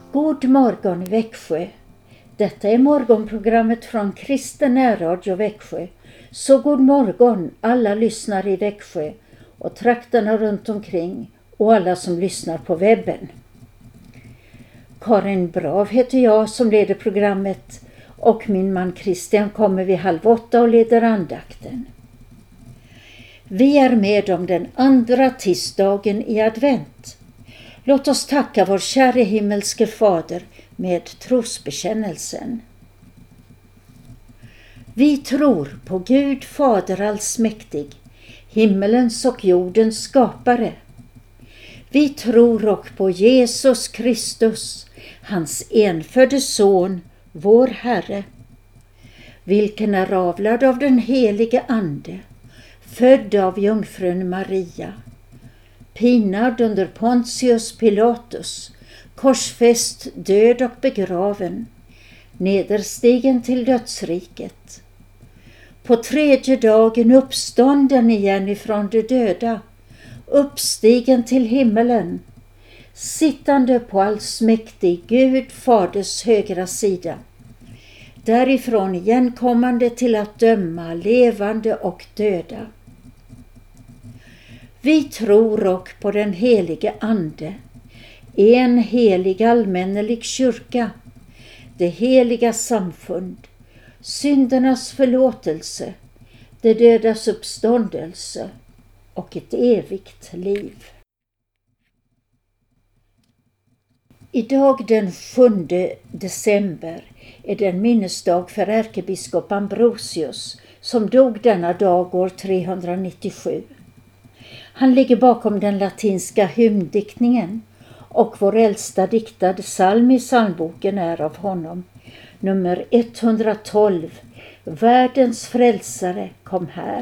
God morgon Växjö. Detta är morgonprogrammet från Kristen närradio Växjö. Så god morgon alla lyssnare i Växjö och trakterna runt omkring och alla som lyssnar på webben. Karin Brav heter jag som leder programmet och min man Christian kommer vid 7:30 och leder andakten. Vi är med om den andra tisdagen i advent. Låt oss tacka vår käre himmelske fader med trosbekännelsen. Vi tror på Gud fader allsmäktig, himmelens och jordens skapare. Vi tror och på Jesus Kristus, hans enfödde son, vår Herre, vilken är avlad av den helige Ande, född av jungfrun Maria, pinad under Pontius Pilatus, korsfäst, död och begraven, nederstigen till dödsriket. På tredje dagen uppstånden igen ifrån de döda, uppstigen till himmelen, sittande på allsmäktig Gud faders högra sida, därifrån igenkommande till att döma levande och döda. Vi tror och på den helige Ande, en helig allmännelig kyrka, det heliga samfund, syndernas förlåtelse, det dödas uppståndelse och ett evigt liv. Idag den 7 december är det en minnesdag för ärkebiskop Ambrosius som dog denna dag år 397. Han ligger bakom den latinska hymndiktningen och vår äldsta diktade psalm i psalmboken är av honom, nummer 112, Världens frälsare kom här.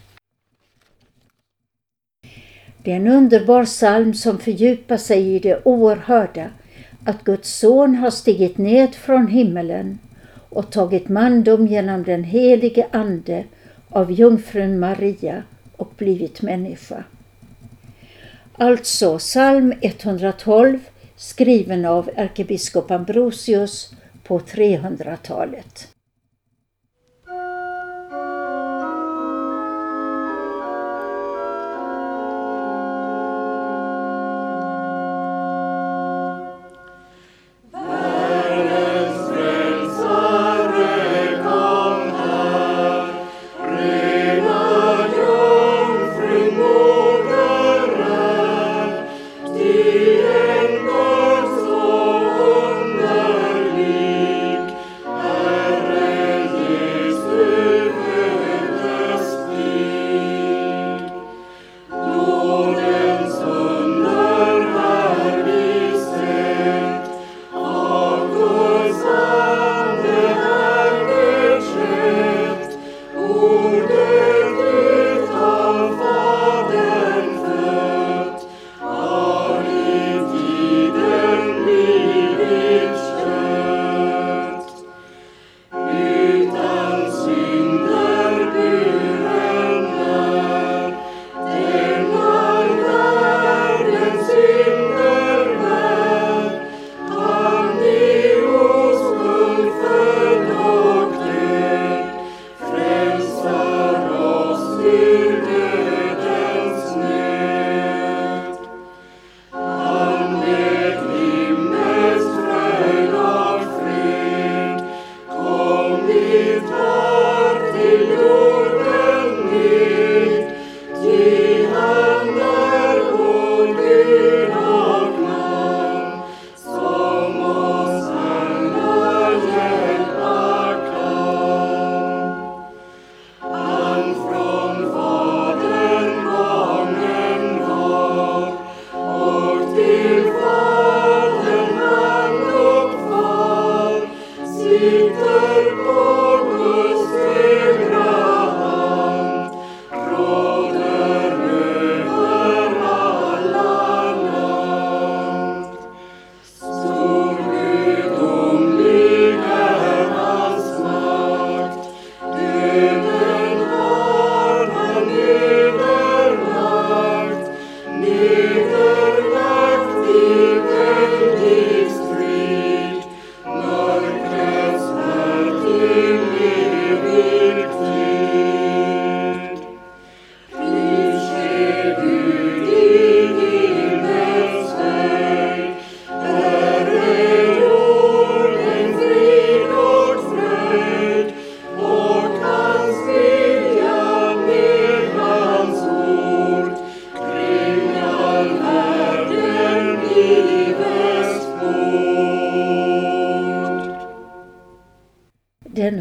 Det är en underbar psalm som fördjupar sig i det oerhörda att Guds son har stigit ned från himmelen och tagit mandom genom den helige Ande av jungfrun Maria och blivit människa. Alltså psalm 112 skriven av ärkebiskop Ambrosius på 300-talet. Herre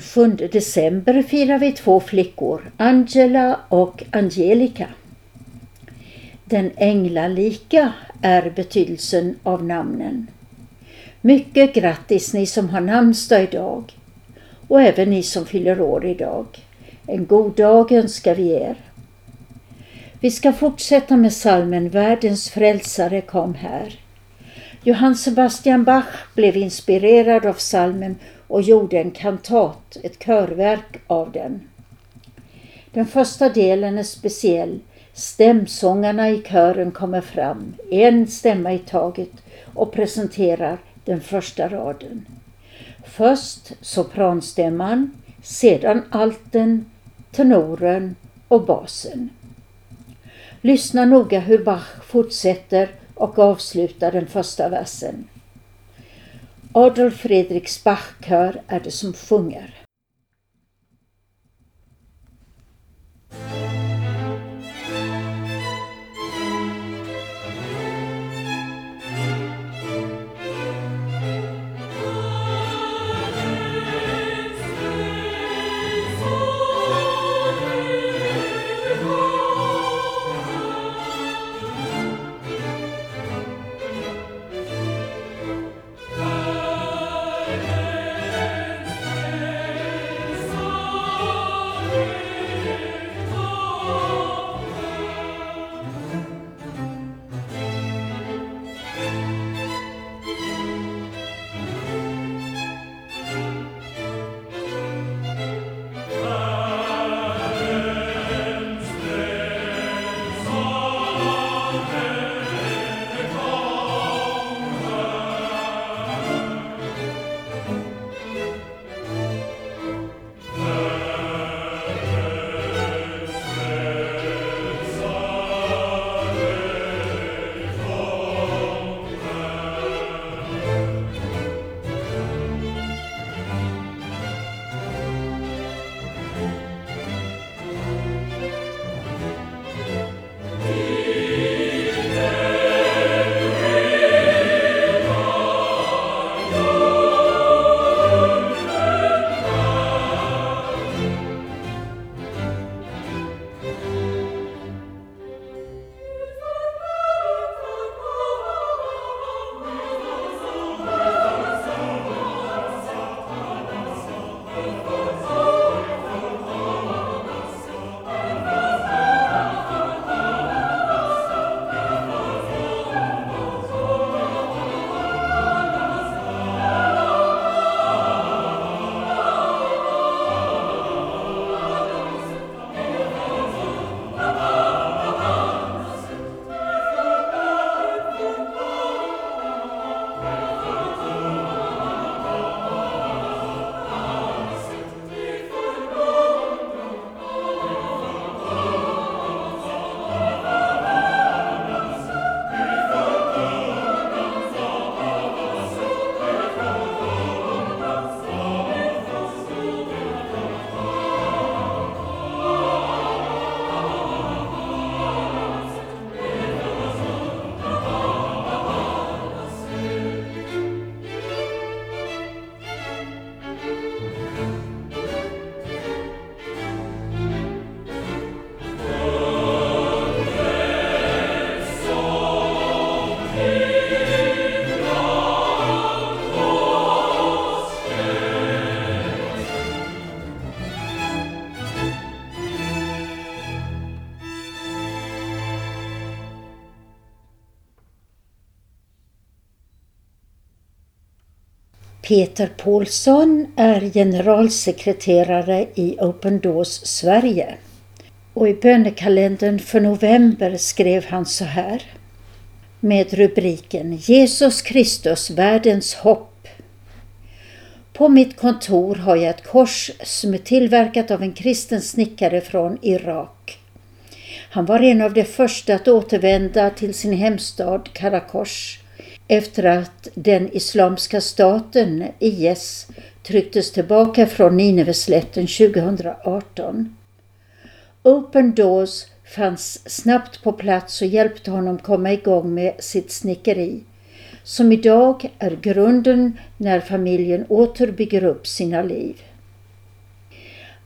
7 december firar vi 2 flickor, Angela och Angelica. Den änglalika är betydelsen av namnen. Mycket grattis ni som har namnsdag idag och även ni som fyller år idag. En god dag önskar vi er. Vi ska fortsätta med psalmen Världens frälsare kom här. Johann Sebastian Bach blev inspirerad av psalmen och gjorde en kantat, ett körverk av den. Den första delen är speciell. Stämsångarna i kören kommer fram, en stämma i taget, och presenterar den första raden. Först sopranstämman, sedan alten, tenoren och basen. Lyssna noga hur Bach fortsätter och avslutar den första versen. Adolf Fredriks Bach-kör är det som sjunger. Peter Paulsson är generalsekreterare i Open Doors Sverige. Och i bönekalendern för november skrev han så här. Med rubriken Jesus Kristus, världens hopp. På mitt kontor har jag ett kors som är tillverkat av en kristen snickare från Irak. Han var en av de första att återvända till sin hemstad Karakosh efter att den islamska staten, IS, trycktes tillbaka från Nineveslätten 2018. Open Doors fanns snabbt på plats och hjälpte honom komma igång med sitt snickeri, som idag är grunden när familjen åter bygger upp sina liv.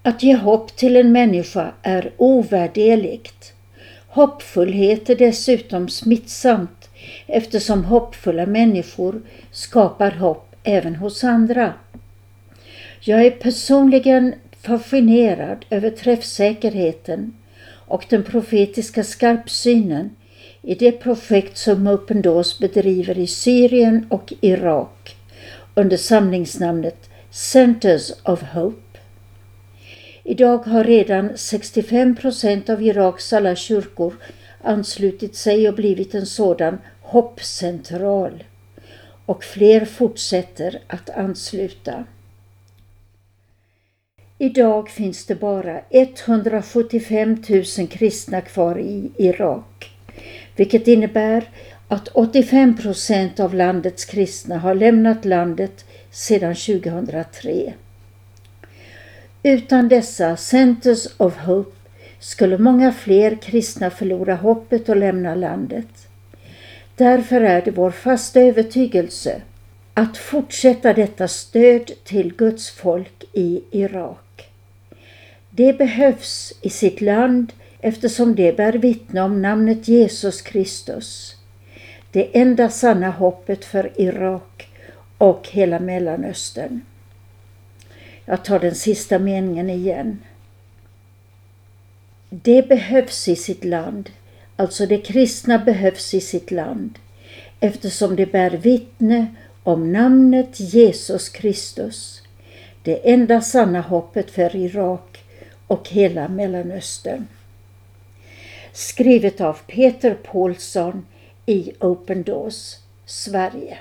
Att ge hopp till en människa är ovärderligt. Hoppfullhet är dessutom smittsamt eftersom hoppfulla människor skapar hopp även hos andra. Jag är personligen fascinerad över träffsäkerheten och den profetiska skarpsynen i det projekt som Open Doors bedriver i Syrien och Irak under samlingsnamnet Centers of Hope. Idag har redan 65% av Iraks alla kyrkor anslutit sig och blivit en sådan hoppcentral, och fler fortsätter att ansluta. Idag finns det bara 175 000 kristna kvar i Irak, vilket innebär att 85% av landets kristna har lämnat landet sedan 2003. Utan dessa Centers of Hope skulle många fler kristna förlora hoppet och lämna landet. Därför är det vår fasta övertygelse att fortsätta detta stöd till Guds folk i Irak. Det behövs i sitt land eftersom det bär vittne om namnet Jesus Kristus, det enda sanna hoppet för Irak och hela Mellanöstern. Jag tar den sista meningen igen. Det behövs i sitt land, alltså det kristna behövs i sitt land, eftersom det bär vittne om namnet Jesus Kristus, det enda sanna hoppet för Irak och hela Mellanöstern. Skrivet av Peter Paulsson i Open Doors, Sverige.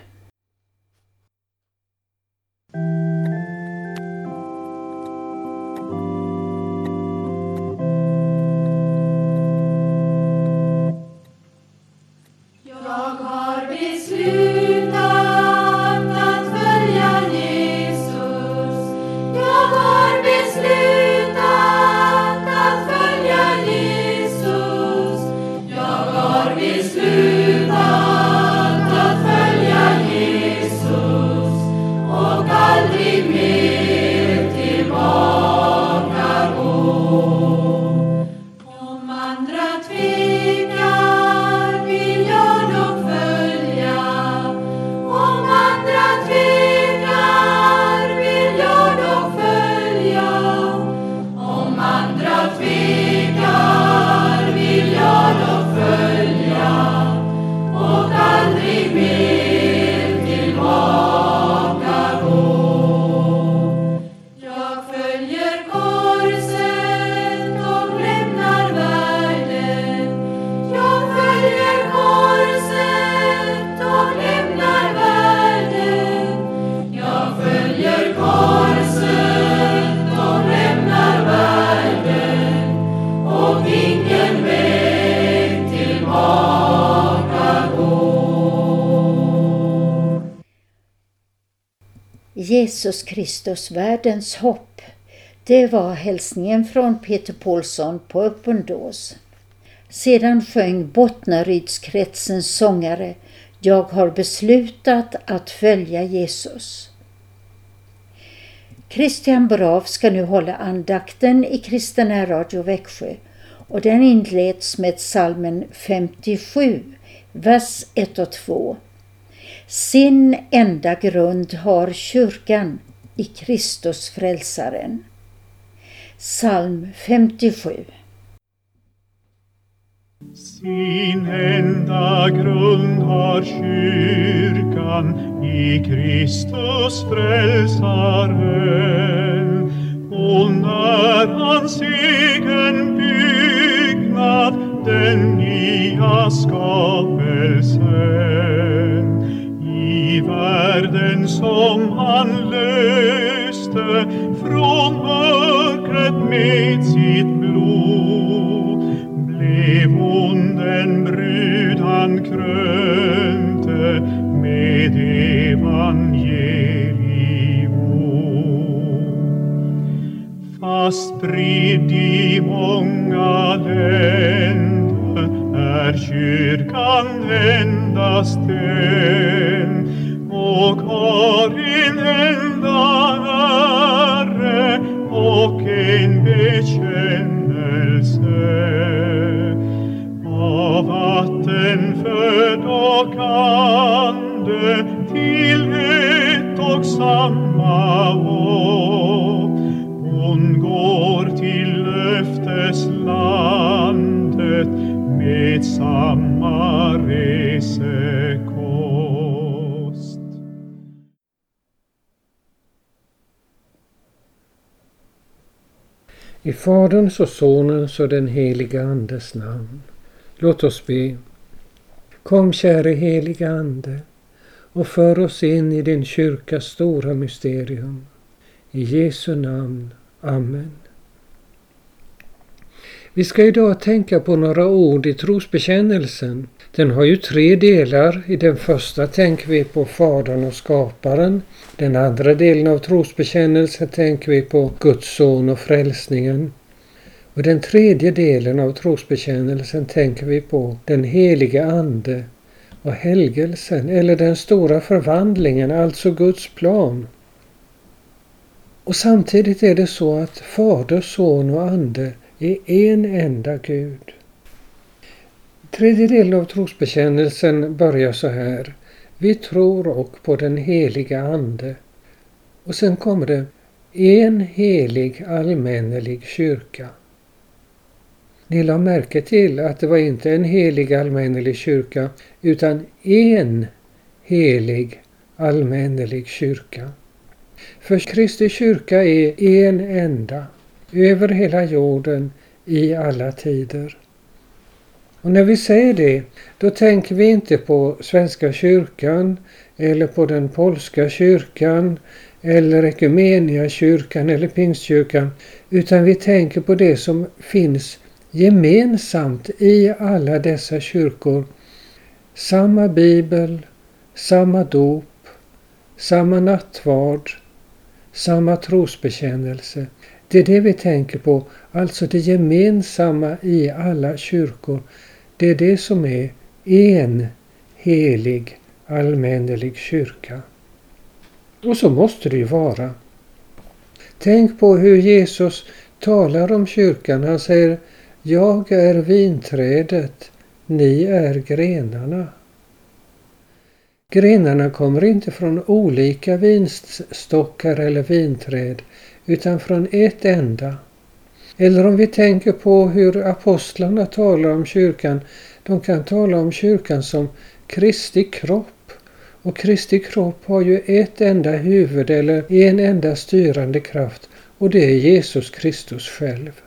Jesus Kristus, världens hopp. Det var hälsningen från Peter Paulsson på Open Doors. Sedan sjöng Bottnarydskretsens sångare Jag har beslutat att följa Jesus. Christian Brav ska nu hålla andakten i Kristen Radio Växjö, och den inleds med psalmen 57, vers 1 och 2. Sin enda grund har kyrkan i Kristus frälsaren. Psalm 57. Sin enda grund har kyrkan i Kristus frälsaren, och när hans egen byggnad, den nya skapelsen, i världen som han löste från mörkret med sitt blod, blev hon den brud han krönte med evangelium. Fast spridd i många länder är kyrkan endast en, och har en enda Herre och en bekännelse av vatten född och ande till ett och samma hopp. Hon går till löfteslandet med samma resekost. I Faderns och Sonens och den heliga Andes namn. Låt oss be. Kom, käre heliga Ande, och för oss in i din kyrkas stora mysterium. I Jesu namn. Amen. Vi ska idag tänka på några ord i trosbekännelsen. Den har ju 3 delar. I den första tänker vi på Fadern och Skaparen. Den andra delen av trosbekännelsen tänker vi på Guds son och frälsningen. Och den tredje delen av trosbekännelsen tänker vi på den heliga Ande och helgelsen, eller den stora förvandlingen, alltså Guds plan. Och samtidigt är det så att Fader, Son och Ande är en enda Gud. Tredje delen av trosbekännelsen börjar så här. Vi tror och på den heliga Ande. Och sen kommer det en helig allmännelig kyrka. Ni la märke till att det var inte en helig allmännelig kyrka utan en helig allmännelig kyrka. För Kristi kyrka är en enda, över hela jorden, i alla tider. Och när vi säger det, då tänker vi inte på Svenska kyrkan eller på den polska kyrkan eller Ekumeniakyrkan eller Pingstkyrkan, utan vi tänker på det som finns gemensamt i alla dessa kyrkor. Samma bibel, samma dop, samma nattvard, samma trosbekännelse. Det är det vi tänker på, alltså det gemensamma i alla kyrkor. Det är det som är en helig allmännelig kyrka. Och så måste det ju vara. Tänk på hur Jesus talar om kyrkan. Han säger, jag är vinträdet, ni är grenarna. Grenarna kommer inte från olika vinstockar eller vinträd, utan från ett enda. Eller om vi tänker på hur apostlarna talar om kyrkan, de kan tala om kyrkan som Kristi kropp. Och Kristi kropp har ju ett enda huvud eller en enda styrande kraft, och det är Jesus Kristus själv.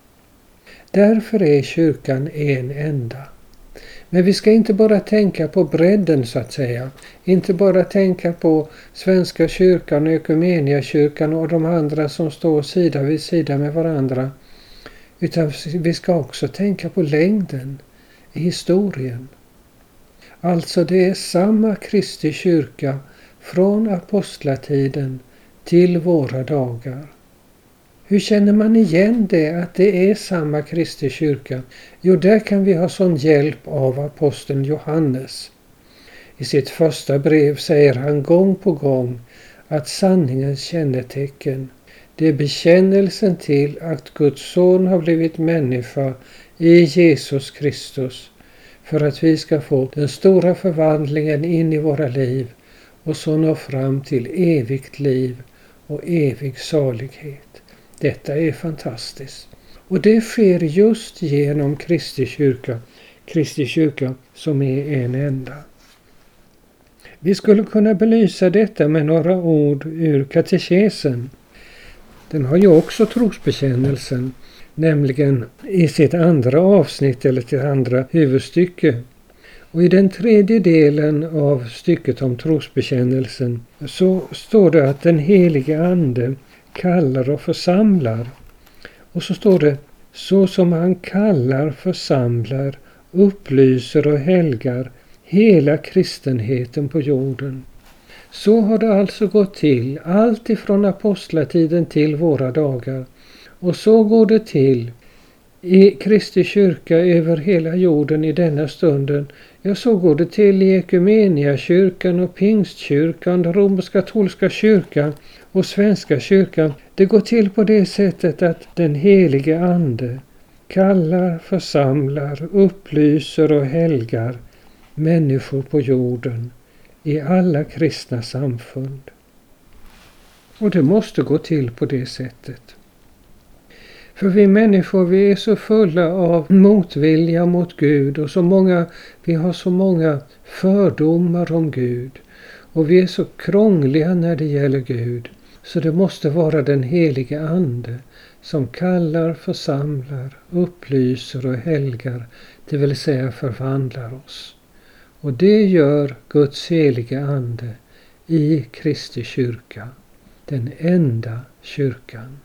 Därför är kyrkan en enda. Men vi ska inte bara tänka på bredden så att säga. Inte bara tänka på Svenska kyrkan, Ekumeniakyrkan och de andra som står sida vid sida med varandra. Utan vi ska också tänka på längden i historien. Alltså det är samma Kristi kyrka från apostlatiden till våra dagar. Hur känner man igen det, att det är samma Kristi kyrka? Jo, där kan vi ha sån hjälp av aposteln Johannes. I sitt första brev säger han gång på gång att sanningens kännetecken, det är bekännelsen till att Guds son har blivit människa i Jesus Kristus, för att vi ska få den stora förvandlingen in i våra liv och så nå fram till evigt liv och evig salighet. Detta är fantastiskt. Och det sker just genom Kristi kyrka som är en enda. Vi skulle kunna belysa detta med några ord ur katekesen. Den har ju också trosbekännelsen, nämligen i sitt andra avsnitt eller till andra huvudstycke. Och i den tredje delen av stycket om trosbekännelsen så står det att den helige Ande kallar och församlar. Och så står det, så som han kallar, församlar, upplyser och helgar hela kristenheten på jorden. Så har det alltså gått till, allt ifrån apostlatiden till våra dagar. Och så går det till i Kristi kyrka över hela jorden i denna stunden. Ja, så går det till i Ekumeniakyrkan och Pingstkyrkan, den romersk-katolska kyrkan Och Svenska kyrkan, det går till på det sättet att den helige ande kallar, församlar, upplyser och helgar människor på jorden i alla kristna samfund. Och det måste gå till på det sättet. För vi människor, vi är så fulla av motvilja mot Gud och vi har så många fördomar om Gud. Och vi är så krångliga när det gäller Gud. Så det måste vara den helige ande som kallar, församlar, upplyser och helgar, det vill säga förvandlar oss. Och det gör Guds helige ande i Kristi kyrka, den enda kyrkan.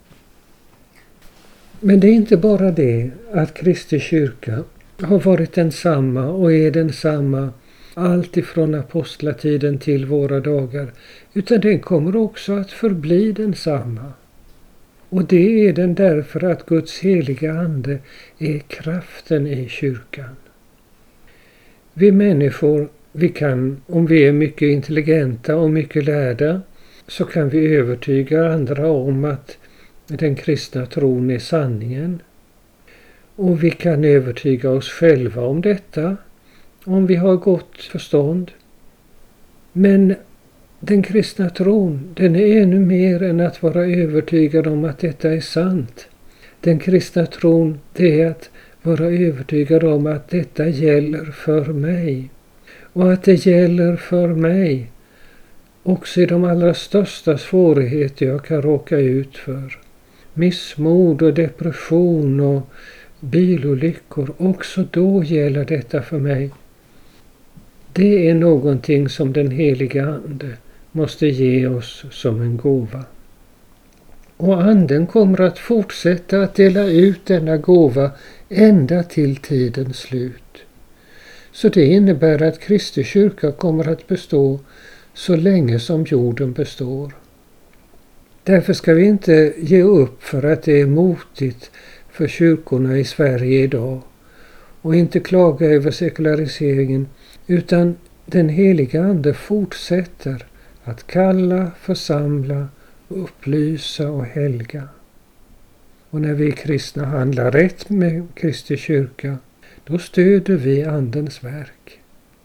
Men det är inte bara det att Kristi kyrka har varit densamma och är densamma allt ifrån apostlatiden till våra dagar, utan den kommer också att förbli densamma. Och det är den därför att Guds heliga ande är kraften i kyrkan. Vi människor, vi kan, om vi är mycket intelligenta och mycket lärda, så kan vi övertyga andra om att den kristna tron är sanningen. Och vi kan övertyga oss själva om detta, om vi har gott förstånd. Men den kristna tron, den är ännu mer än att vara övertygad om att detta är sant. Den kristna tron, det är att vara övertygad om att detta gäller för mig. Och att det gäller för mig också i de allra största svårigheter jag kan råka ut för. Missmod och depression och bilolyckor, också då gäller detta för mig. Det är någonting som den heliga ande måste ge oss som en gåva. Och anden kommer att fortsätta att dela ut denna gåva ända till tidens slut. Så det innebär att Kristi kyrka kommer att bestå så länge som jorden består. Därför ska vi inte ge upp för att det är motigt för kyrkorna i Sverige idag och inte klaga över sekulariseringen, utan den heliga ande fortsätter att kalla, församla, upplysa och helga. Och när vi kristna handlar rätt med Kristi kyrka, då stöder vi andens verk.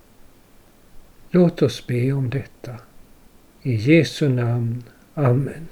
Låt oss be om detta. I Jesu namn. Amen.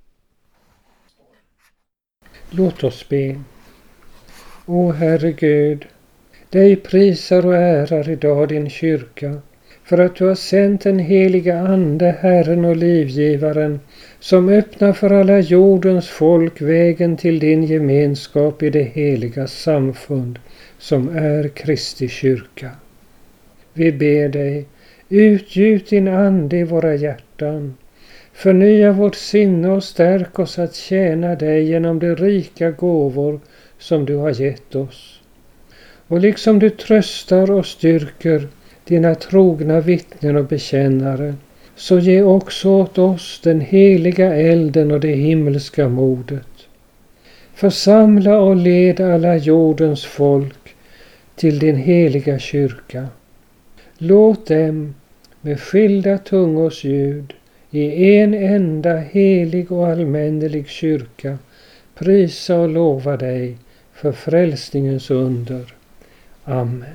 Låt oss be. O Herre Gud, dig prisar och ärar idag din kyrka, för att du har sänt den heliga ande, Herren och livgivaren, som öppnar för alla jordens folk vägen till din gemenskap i det heliga samfund, som är Kristi kyrka. Vi ber dig, utgjut din ande i våra hjärtan, förnya vårt sinne och stärk oss att tjäna dig genom de rika gåvor som du har gett oss. Och liksom du tröstar och styrker dina trogna vittnen och bekännare, så ge också åt oss den heliga elden och det himmelska modet. Församla och led alla jordens folk till din heliga kyrka. Låt dem med skilda tungors ljud i en enda helig och allmännelig kyrka prisa och lova dig för frälsningens under. Amen.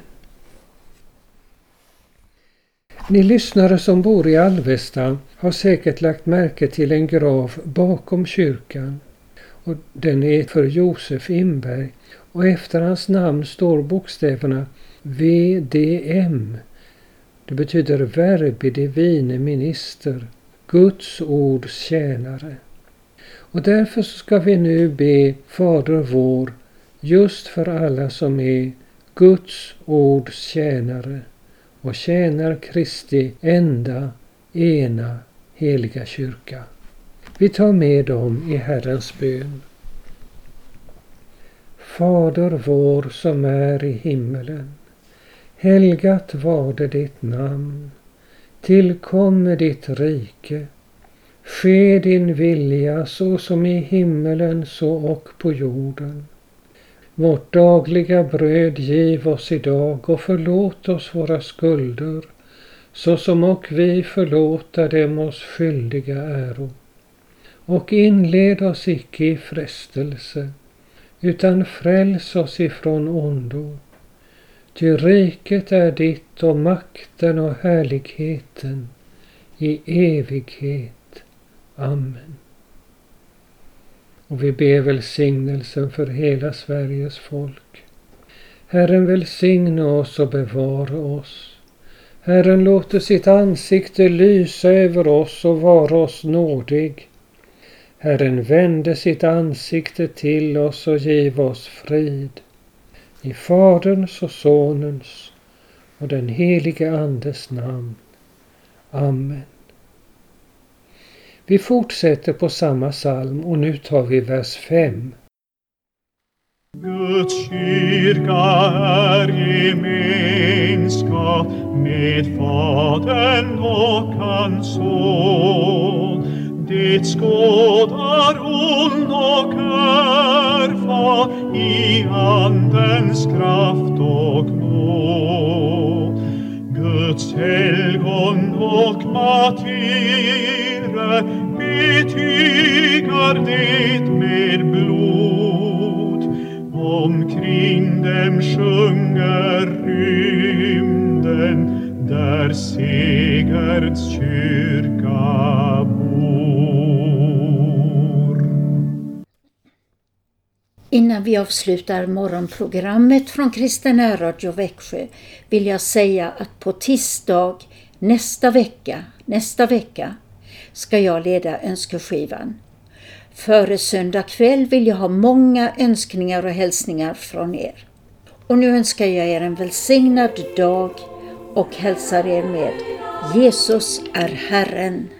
Ni lyssnare som bor i Alvesta har säkert lagt märke till en grav bakom kyrkan. Och den är för Josef Imberg, och efter hans namn står bokstäverna VDM. Det betyder Verbi Divine Minister, Guds ords tjänare. Och därför ska vi nu be Fader vår just för alla som är Guds ords tjänare och tjänar Kristi enda, ena, heliga kyrka. Vi tar med dem i Herrens bön. Fader vår som är i himmelen, helgat varde ditt namn, tillkomme ditt rike, ske din vilja så som i himmelen så och på jorden. Vårt dagliga bröd giv oss idag och förlåt oss våra skulder, så som och vi förlåta dem oss skyldiga äro. och inled oss icke i frestelse, utan fräls oss ifrån ondo. Ty riket är ditt och makten och härligheten i evighet. Amen. Och vi ber välsignelsen för hela Sveriges folk. Herren välsigne oss och bevara oss. Herren låter sitt ansikte lysa över oss och vara oss nådig. Herren vände sitt ansikte till oss och giv oss frid. I Faderns och Sonens och den helige Andes namn. Amen. Vi fortsätter på samma psalm och nu tar vi vers 5. Guds kyrka är gemenskap med Fadern och hans Son. Det skådar ond och erfar i Andens kraft och nåd. Guds helgon och martyrer betygar det med blod. Omkring dem sjunger rymden där segerns kyrka bor. Innan vi avslutar morgonprogrammet från Kristen Radio Växjö vill jag säga att på tisdag nästa vecka ska jag leda önskeskivan. Före söndag kväll vill jag ha många önskningar och hälsningar från er. Och nu önskar jag er en välsignad dag och hälsar er med Jesus är Herren.